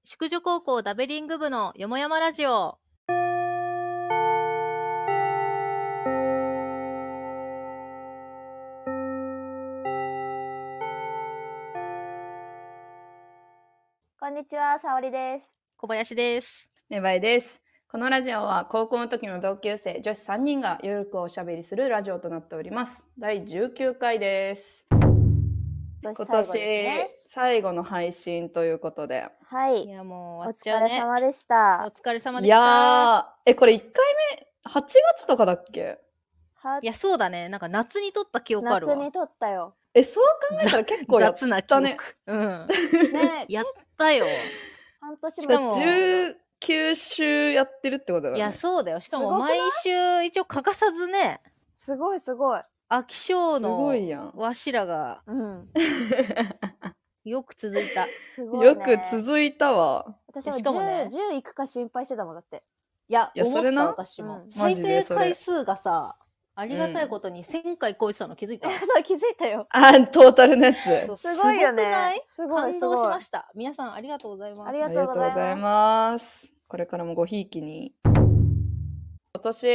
宿女高校ダベリング部のよもやまラジオ。 こんにちは、さおりです。 小林です。 めばいです。このラジオは高校の時の同級生女子3人がゆるくおしゃべりするラジオとなっております。第19回です。今年最後の配信ということで。 はい。 いやもう終わおっちゃうね。 疲れ様でした。 お疲れ様でいした。 やー、これ1回目、8月とかだっけ？ いや、そうだね。なんか夏に撮った記憶あるわ。 夏に撮ったよ。 そう考えたら結構やったね。 うん。 ねやったよ。 半年しかも 19週やってるってことだよね。 いや、そうだよ。しかも毎週一応欠かさずね。 すごいすごい。 飽き性のわしらが、 うん、 よく続いた。 すごいね。 よく続いたわ。 私はしかもね 10いくか心配してたもんだって。 いや思ったそれな私も、 うん再生回数がさありがたいことに1000回超えてたの気づいた、 そう気づいたよ。 トータルのやつ。 そうすごいよね。 すごくない？ すごい感動しました。皆さんありがとうございます。 ありがありがとうございます。これからもごひいきに。今年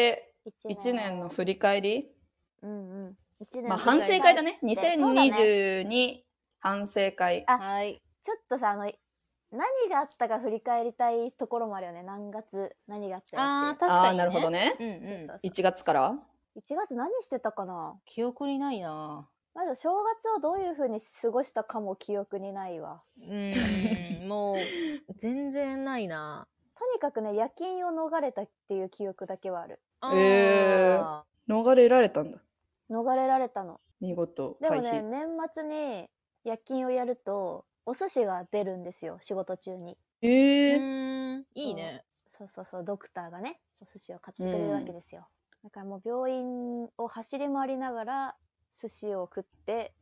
1年の振り返り、 うんうん、 まあ反省会だね。2022反省会。 はい。 ちょっとさ、何があったか振り返りたいところもあるよね。何月何があったよって。 確かに、ね、 なるほどね。 うんうん、 そう 1月から 1月何してたかな。 記憶にないな。 まず正月をどういう風に過ごしたかも記憶にないわ。 もう全然ないな。 とにかくね、夜勤を逃れたっていう記憶だけはある。 逃れられたんだ。 逃れられたの。 見事でも回避。 ね、年末に夜勤をやるとお寿司が出るんですよ、仕事中に。 いいね。 そうドクターがねお寿司を買ってくれるわけですよ。だからもう病院を走り回りながら寿司を食って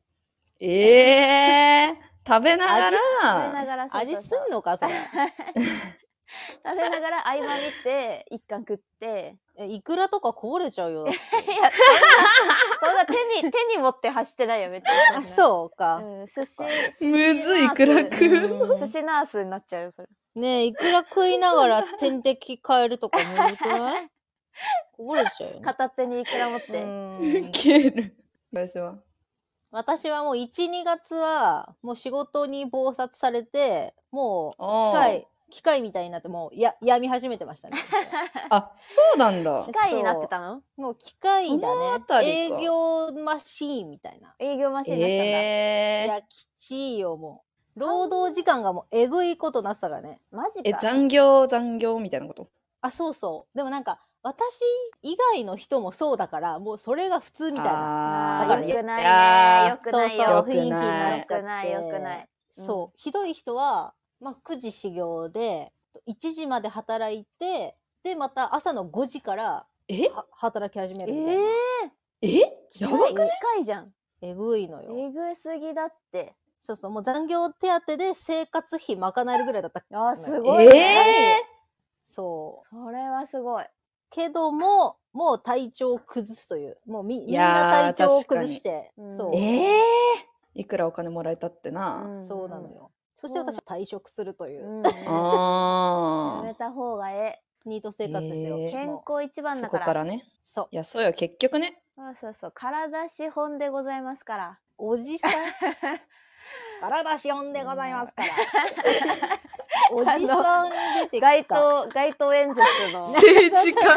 食べながら味すんのかそれ食べながら合間見て一貫食っていくらとかこぼれちゃうよ。 いやそんな手に持って走ってないよ別に。 そうか、 寿司むずいくら食う寿司ナースになっちゃうよそれ。 ねえいくら食いながら点滴変えるとかむずくない？こぼれちゃうよね。 片手にいくら持ってウケる。 私はもう 1,2 月はもう仕事に忙殺されてもう機械みたいになってもう病み始めてましたね。 そうなんだ。 機械になってたの？ もう機械だね。営業マシーンみたいな。 営業マシーンになってたんだ。 いやきちいよもう。労働時間がもうえぐいことなってたからね。 マジか。 残業みたいなこと？ そうそう。でもなんか私以外の人もそうだからもうそれが普通みたいな。 よくないね。よくないよ。 そう雰囲気になっちゃって。 よくない。 そうひどい人は9時始業で1時まで働いてでまた朝の5時から働き始めるみたいな。 やばくない？機械じゃん。 えぐいのよ。 えぐいすぎだって。 そうもう残業手当で生活費賄えるぐらいだった。 すごいね。 そうそれはすごい。 けどもう体調を崩すというもうみんな体調を崩してそういくらお金もらえたってな。 そうなのよ。そして私は退職するという。 やめた方がニート生活ですよ。 健康一番だから。 そこからね。 そう。 いやそうよ結局ね。 そう体資本でございますから。 おじさん。体資本でございますから。おじさん出てきた。 街頭演説の政治家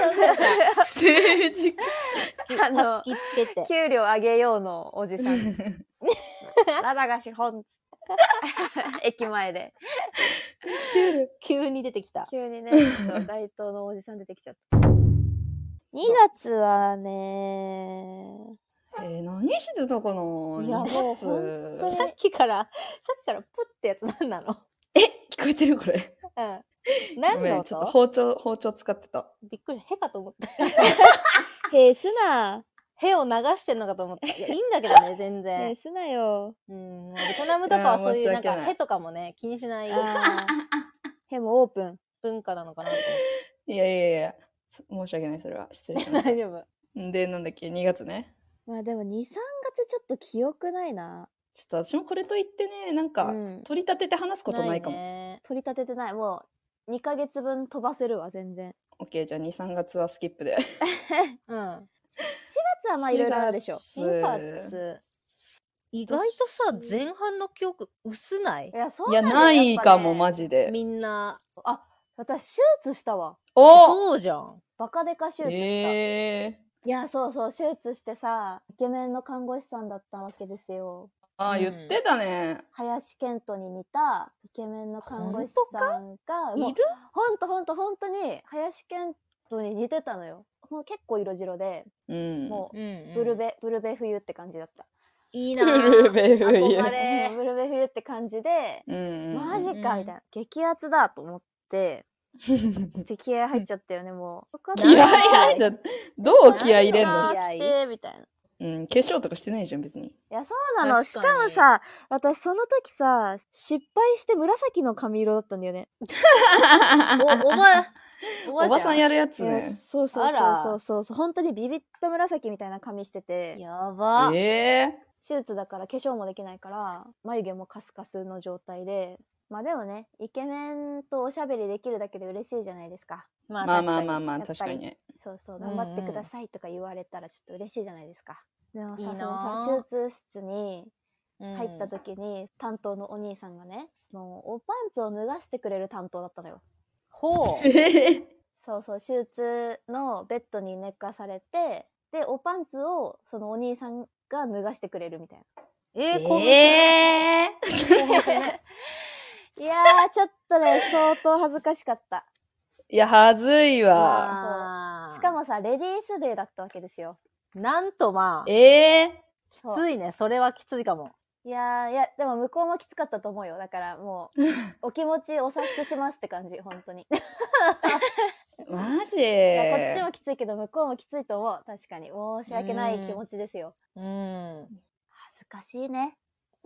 たすきつけて給料上げようのおじさん。体が資本。駅前で急に出てきた。 急にね街頭のおじさん出てきちゃった。2月はね何してたかな。 いやもう本当にさっきからプってやつなんなの？ 聞こえてるこれ。 何の音？ ちょっと包丁使ってた。 びっくり。へかと思った。 へすな。 へを流してんのかと思った。いやいいんだけどね全然。 へすなよ。 ベトナムとかはそういうなんかへとかもね気にしない。 へもオープン文化なのかなと思って。 いや申し訳ないそれは失礼しました。 大丈夫。 でなんだっけ2月ね。 まあでも 2,3 月ちょっと記憶ないな。 ちょっと私もこれといってね、なんか、取り立てて話すことないかも。 ね、 取り立ててない。もう、2ヶ月分飛ばせるわ、全然。 OK、じゃあ2、3月はスキップで。 うん。 4月はまあいろいろあるでしょ。 4月。意外とさ、前半の記憶薄ない？ いや、そういや、ないかも、マジで。 みんな。 あ、私、手術したわ。 そうじゃん。 バカデカ手術した。いや、そうそう、手術してさ、イケメンの看護師さんだったわけですよ。 あ、言ってたね。 林遣都に似たイケメンの看護師さんが、 いる？ ほんとに林遣都に似てたのよ。もう結構色白で、もう、ブルベ冬って感じだった。 いいなブルベ冬。 憧れ。 ブルベ冬って感じで、マジかみたいな。激アツだと思って、ちょっと気合入っちゃったよね、もう。 気合入った。どう気合入れんの？ 来て、みたいな。 化粧とかしてないじゃん、別に。 いや、そうなの。しかもさ、私その時さ、失敗して紫の髪色だったんだよね。 おばさんやるやつね。 そう。本当にビビッと紫みたいな髪してて。 やば。 手術だから化粧もできないから、眉毛もカスカスの状態で。まあでもね、イケメンとおしゃべりできるだけで嬉しいじゃないですか。 まあ、確かに。 そう、頑張ってくださいとか言われたらちょっと嬉しいじゃないですか。でもさ、そのさ、手術室に入った時に、担当のお兄さんがね、もうおパンツを脱がしてくれる担当だったのよ。 ほう。 そう、手術のベッドに寝かされて、で、おパンツをそのお兄さんが脱がしてくれるみたいな。いやー、ちょっとね、相当恥ずかしかった。 いや、はずいわ。 しかもさ、レディースデーだったわけですよ。 なんとまあ。きついね。それはきついかも。 いや、でも向こうもきつかったと思うよ。だからもう、お気持ちお察ししますって感じ、本当に。 マジ？ こっちもきついけど、向こうもきついと思う。確かに。申し訳ない気持ちですよ。恥ずかしいね。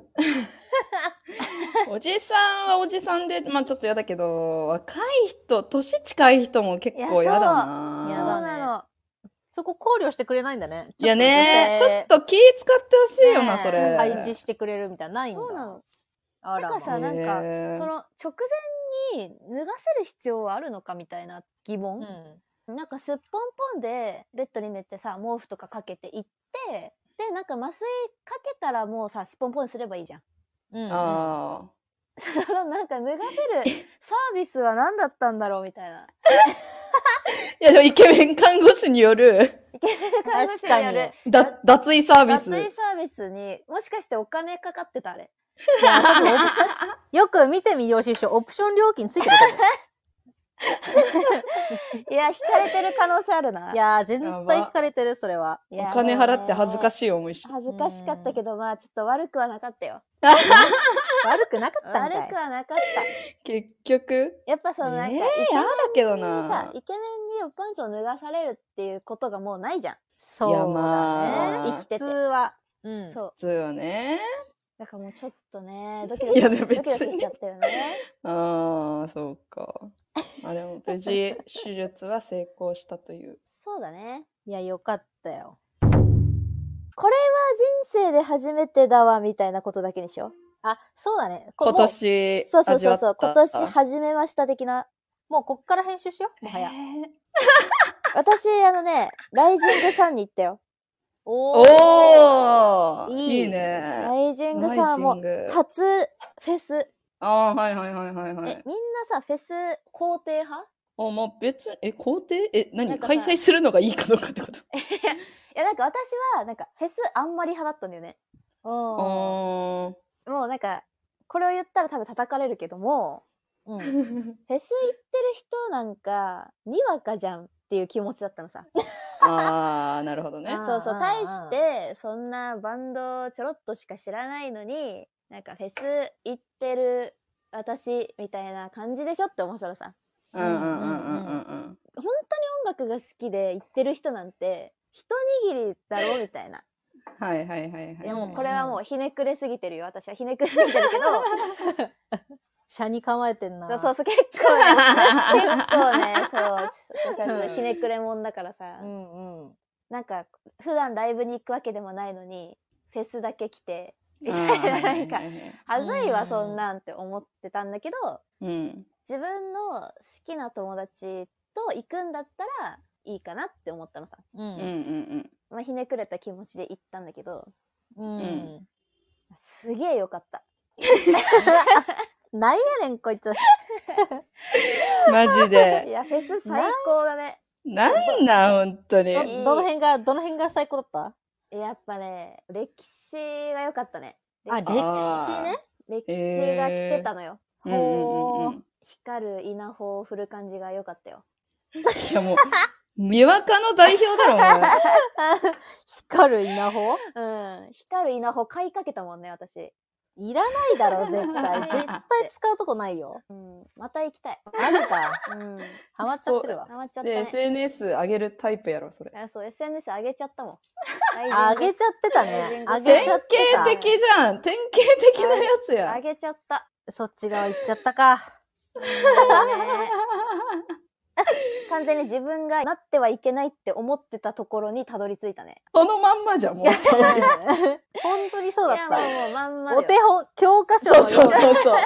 おじさんはおじさんで、まあちょっと嫌だけど、若い人、年近い人も結構嫌だな。 嫌だね。そこ考慮してくれないんだね。 いやね、ちょっと気使ってほしいよな、それ。 配置してくれるみたいな、ないんだ。 そうなの。てかさ、なんか、その直前に脱がせる必要はあるのかみたいな疑問。なんかすっぽんぽんでベッドに寝てさ、毛布とかかけていって、で、なんか麻酔かけたらもうさ、すっぽんぽんにすればいいじゃん。そのなんか脱がせるサービスは何だったんだろうみたいな。 いやでもイケメン看護師による。 イケメン看護師による。 脱衣サービス。 脱衣サービスに、もしかしてお金かかってたあれ。 いや、多分よく見てみようししょ、オプション料金ついてると思う。 いや、引かれてる可能性あるな。 いや、絶対引かれてる、それは。 お金払って恥ずかしい思いし。 恥ずかしかったけど、まあちょっと悪くはなかったよ。 悪くなかったんかい。 悪くはなかった。 結局。 やっぱそのなんか、 嫌だけどな。 イケメンにおパンツを脱がされるっていうことがもうないじゃん。 そうだね。 生きてて。 普通は。 そう。 普通はね。 だからもうちょっとね、ドキドキしちゃったよね。 ああ、そうか。まあでも無事手術は成功したという。 そうだね。 いや、よかったよ。 これは人生で初めてだわみたいなことだけにしよう。 あ、そうだね。 今年そう。今年始めました的な。 もうこっから編集しよう。もはや。 私、ライジングさんに行ったよ。 おーいいね。 ライジングさんも初フェス。 ああ、はい。 みんなさ、フェス肯定派？ まあ別に、肯定？何？開催するのがいいかどうかってこと？ いや、なんか私は、なんかフェスあんまり派だったんだよね。もうなんか、これを言ったら多分叩かれるけども、フェス行ってる人なんか、にわかじゃんっていう気持ちだったのさ。 ああ、なるほどね。 そう、対して、そんなバンドちょろっとしか知らないのに、なんかフェス行ってる私みたいな感じでしょって思ってたらさ。本当に音楽が好きで行ってる人なんて、一握りだろみたいな。 はい。 いやもうこれはもうひねくれすぎてるよ。私はひねくれすぎてるけど。 車に構えてんな。 そう、結構ね、私はひねくれもんだからさ。なんか、普段ライブに行くわけでもないのに、フェスだけ来て、 みたいな、なんか、 はいはいはいはずいわ、そんなんって思ってたんだけど、 うん。 自分の好きな友達と行くんだったらいいかなって思ったのさ。 ううんうんんまあ、ひねくれた気持ちで行ったんだけど、 うん。 すげえよかった。 なんやねん、こいつ。 うん。マジいで。 や、フェス最高だね。 なんなん、本当に。 どの辺が最高だったやっぱね、歴史が良かったね。 あ、歴史ね。 歴史が来てたのよ。 うんうんうんうん。 光る稲穂を振る感じが良かったよ。 いやもう、にわかの代表だろ、お前。 光る稲穂うん。光る稲穂買いかけたもんね、私。 いらないだろ、絶対。絶対使うとこないよ。 うん。また行きたい。 あるか。 うん。 ハマっちゃってるわ。 ハマっちゃったで、 ね。 SNS 上げるタイプやろ、それ。 あ、そう、SNS 上げちゃったもん。 あげちゃってたね。あ典げちゃってた。 型的じゃん。典型的なやつや上。げちゃった。 そっち側行っちゃったか。 ね完全に自分がなってはいけないって思ってたところにたどり着いたね。 そのまんまじゃん、もう。 本当にそうだっいや、 た。 もうまんまだよ。 お手本、教科書そうのような。 そうそうそう。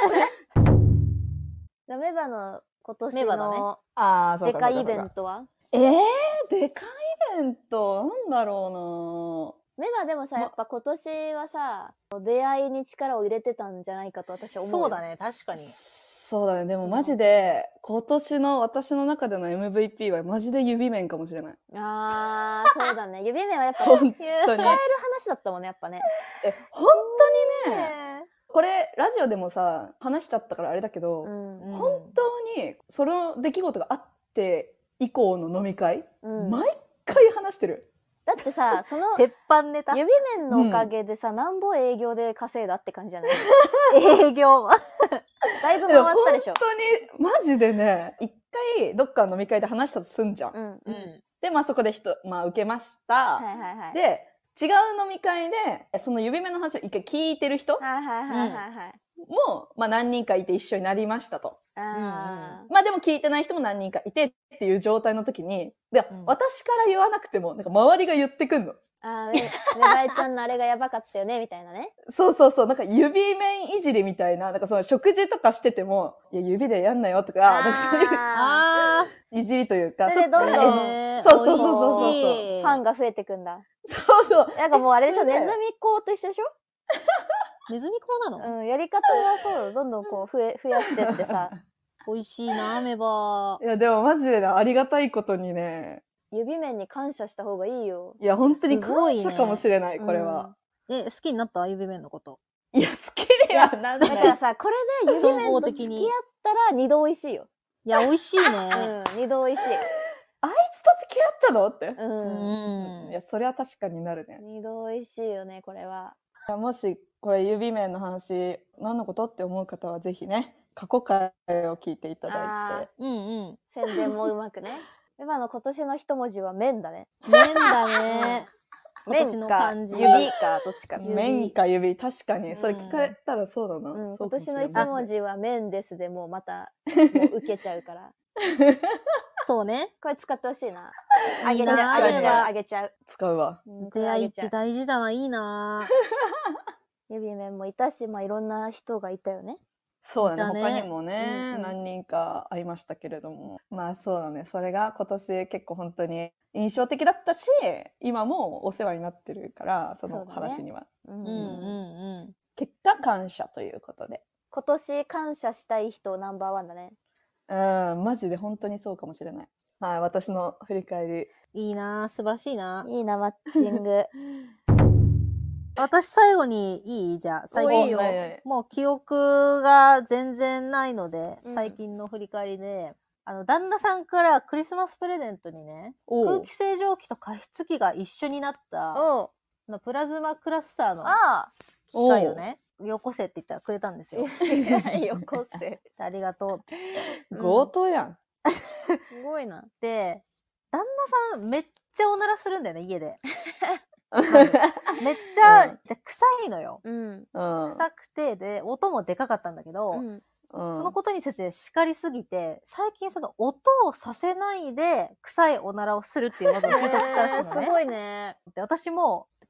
メバの今年メバだねのああ、そうでかいイかそうかそうかベントはでかいイベント、なんだろメバでもさ、やっぱ今年はさ、出会いに力を入れてたんじゃないかと私は思うよ。 そうだね、確かうな。 に。 そうだね。でもマジで、今年の私の中での MVP はマジで指面かもしれない。 あー、そうだね。指目はやっぱ使える本当に。 話だったもんね、やっぱね。 本当にね、これ、ラジオでもさ、話しちゃったからあれだけど、 うん。 本当に、その出来事があって以降の飲み会、 うん。 毎回話してる。 だってさ、その鉄板ネタ。 指面のおかげでさ、なんぼ営業で稼いだって感じじゃない営業。 だいぶ回ったでしょ。 本当に、マジでね、一回どっかの飲み会で話したとすんじゃん。 うん。 うん。 で、まあそこで受けました。 はいはいはい。 で、違う飲み会で、その指目の話を一回聞いてる人はいはいはいはいはい。 も、まあ何人かいて一緒になりましたと。 あまあでも聞いてない人も何人かいてっていう状態の時に、で、 うん私から言わなくても、なんか周りが言ってくんの。 あ。メバイちゃんのあれがやばかったよね、みたいなね。 そうそうそう、なんか指面いじりみたいな、なんかその食事とかしてても、いや指でやんなよとか、なんかそういうああいじりというか、 それでどんどんー。 そうそうそうそうそう美味しいファンが増えてくんだ。 そうそう。 なんかもうあれでしょ、 それでネズミ講と一緒でしょ。 ネズミ講なの、 うん、やり方はそう、どんどんこう増やしてってさ、 美味しいな、メバいや、でもマジでね、ありがたいことにね、 指面に感謝した方がいいよ。 いや、本当にすごいね感謝かもしれない、これは。 好きになった指面のこと。 いや、好きにはなんだからさ、これで指面総合と付的にき合ったら二度美味しいよ。 いや、美味しいね。 うん、二度美味しい。 あいつと付き合ったのって。 ううん。 んいや、それは確かになるね。 二度美味しいよね、これは。 いやもし、これ指面の話、何のことって思う方はぜひね、過去回を聞いていただいて。 うんうん。 宣伝もうまくね。今の今年の一文字は面だね。 麺だね。今年面かの漢字。 指かどっちか。 指面か指、確かに。 うんそれ聞かれたらそうだな。 うん、今そうかもしれない年の一文字は面ですでもうまたもう受けちゃうから。 そうね。 これ使ってほしいな。 いいなあげちゃう、 あれはあげちゃう。 使うわ。 うん、これ出会いってあげちゃう。 大事だな、いいな。 指面もいたし、まあいろんな人がいたよね。 そうだね。 だね他にもね、 うんうん何人か会いましたけれども。まあそうだね。それが今年結構本当に印象的だったし、今もお世話になってるから、その話には。 うんうんうん結果感謝ということで。 今年感謝したい人ナンバーワンだね。 うん、マジで本当にそうかもしれない。はい、私の振り返り。 うん。いいな、素晴らしいな。 いいな、マッチング。 私最後にいいじゃあ、最近おいいよはいはいもう記憶が全然ないので、 うん最近の振り返りで、旦那さんからクリスマスプレゼントにね、 おう空気清浄機と加湿器が一緒になった、 おう。 プラズマクラスターのあ機械をね、よこせって言ったらくれたんですよ。 あ。よこせ。 ありがとうって。 強盗やん。 すごいな。 で、旦那さんめっちゃおならするんだよね、家で。めっちゃ、で臭いのよ。 うん。 うん。 臭くて、で、音もでかかったんだけど、 うん。 そのことについて叱りすぎて、最近その音をさせないで臭いおならをするっていう技を習得したらしいのね。 すごいね。 で私も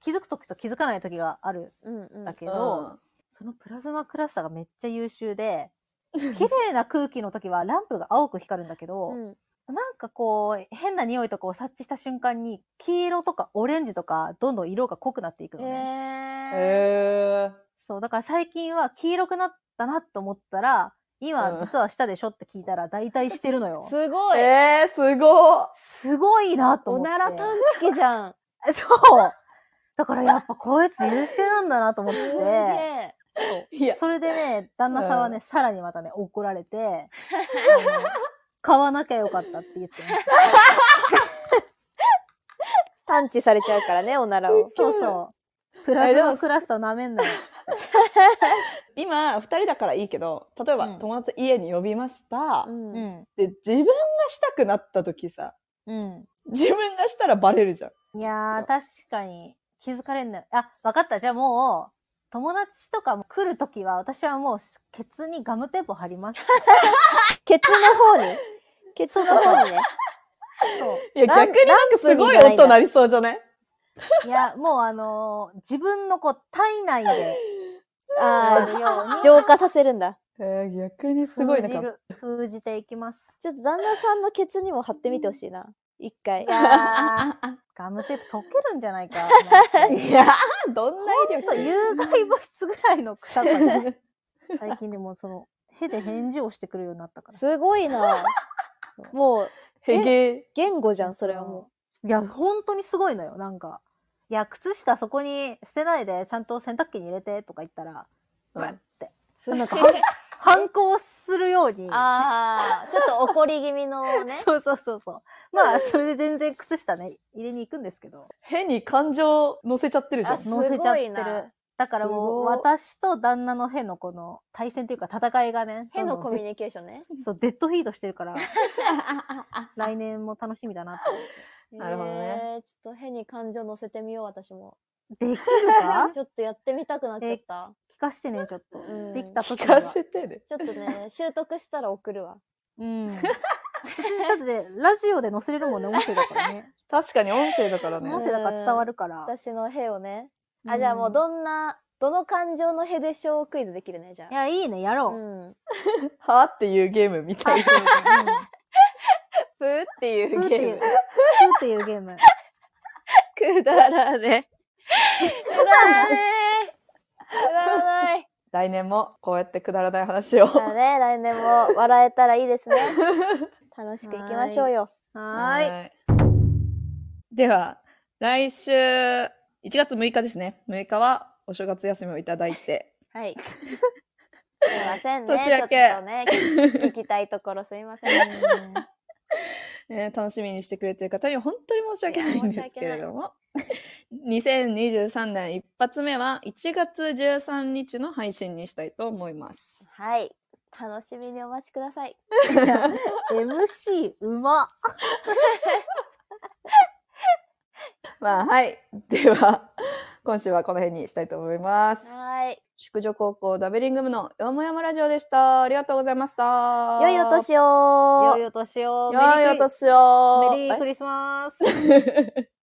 気づく時と気づかない時があるうんうんんだけど、そのプラズマクラスターがめっちゃ優秀で、綺麗な空気の時はランプが青く光るんだけど、 うんなんかこう、変な匂いとかを察知した瞬間に、黄色とかオレンジとか、どんどん色が濃くなっていくのね。 へー。 そう、だから最近は黄色くなったなと思ったら、今実はしたでしょって聞いたら大体してるのよ。 すごい。 すごすごいなとお思って。 なら探知機じゃん。 そう。だからやっぱこいつ優秀なんだなと思っすげて。 え。 いやそれでね、旦那さんはね、 うんさらにまたね、怒られて、買わなきゃよかったって言ってました。 探知されちゃうからね、おならを。 そうそう。プラズマクラスター舐めんなよ。 今、二人だからいいけど、例えば、 うん友達家に呼びました。 うんうん。 で、自分がしたくなった時さ、 うん。 自分がしたらバレるじゃん。 いやー、確かに気づかれんのよ。あ、わかった。じゃあもう、友達とかも来るときは、私はもう、ケツにガムテープ貼ります。 ケツの方にケツの方にね。 そう。 いや、逆になんかすごい音鳴りそうじゃない？ いや、もう自分のこう、体内で、 あやるようにあ、浄化させるんだ。 逆にすごいなんか。 封じていきます。 ちょっと旦那さんのケツにも貼ってみてほしいな。一回い。やー、ガムテープ溶けるんじゃないか。 いやー、どんな威力？ 有害物質ぐらいの臭さで、最近でもへで返事をしてくるようになったから。 すごいな。 そうもう、 へげ。 言語じゃん、それはもいや、本当にすごいのよ、なんか。いや、靴下そこに捨てないで、ちゃんと洗濯機に入れてとか言ったら、 うんブッて。 う。 なんか、反抗するように。 ああ、ちょっと怒り気味のね。 そうそうそうそう。まあ、それで全然靴下ね、入れに行くんですけど。 変に感情乗せちゃってるじゃん。 す乗せちゃってすごいなる。だからもう、 すごい私と旦那のへのこの対戦というか戦いがね、 変のコミュニニケーションね。 そう、デッドヒートしてるから、来年も楽しみだなと思って。 なるほどね。 ちょっと変に感情乗せてみよう、私も。 できるかちょっとやってみたくなっちゃった。 聞かしてね、ちょっと。 んできた時聞には。 かせてね。 ちょっとね、習得したら送るわ。 うん。別にだって、ラジオで載せれるもんね、音声だからね。 確かに音声だからね。 音声だから伝わるから。 私のへをね。あ、 うんじゃあもうどの感情のへでしょうクイズできるね、じゃあ。 いや、いいね、やろう。 うん。 はっていうゲームみたいな。 ふーっていうふーっていう、 ゲーム。 ふーっていうゲーム。 くだらね。くだらねくだらない。 来年もこうやってくだらない話を。 だね、来年も笑えたらいいですね。楽しくいきましょうよ。 はーい。 い。では、来週、1月6日ですね。6日はお正月休みをいただいて。 はい。すいませんね。 年明けちょっとね、聞きたいところすいません。 楽しみにしてくれてる方には本当に申し訳ないんですけれども。2023年一発目は1月13日の配信にしたいと思います。 はい。楽しみにお待ちください。 MC うま。 まあ、はい。では、今週はこの辺にしたいと思います。 はい。 宿女高校ダベリング部のよもやまラジオでした。ありがとうございました。 良いお年を。 良いお年を。 良いお年を。 メリークリスマス。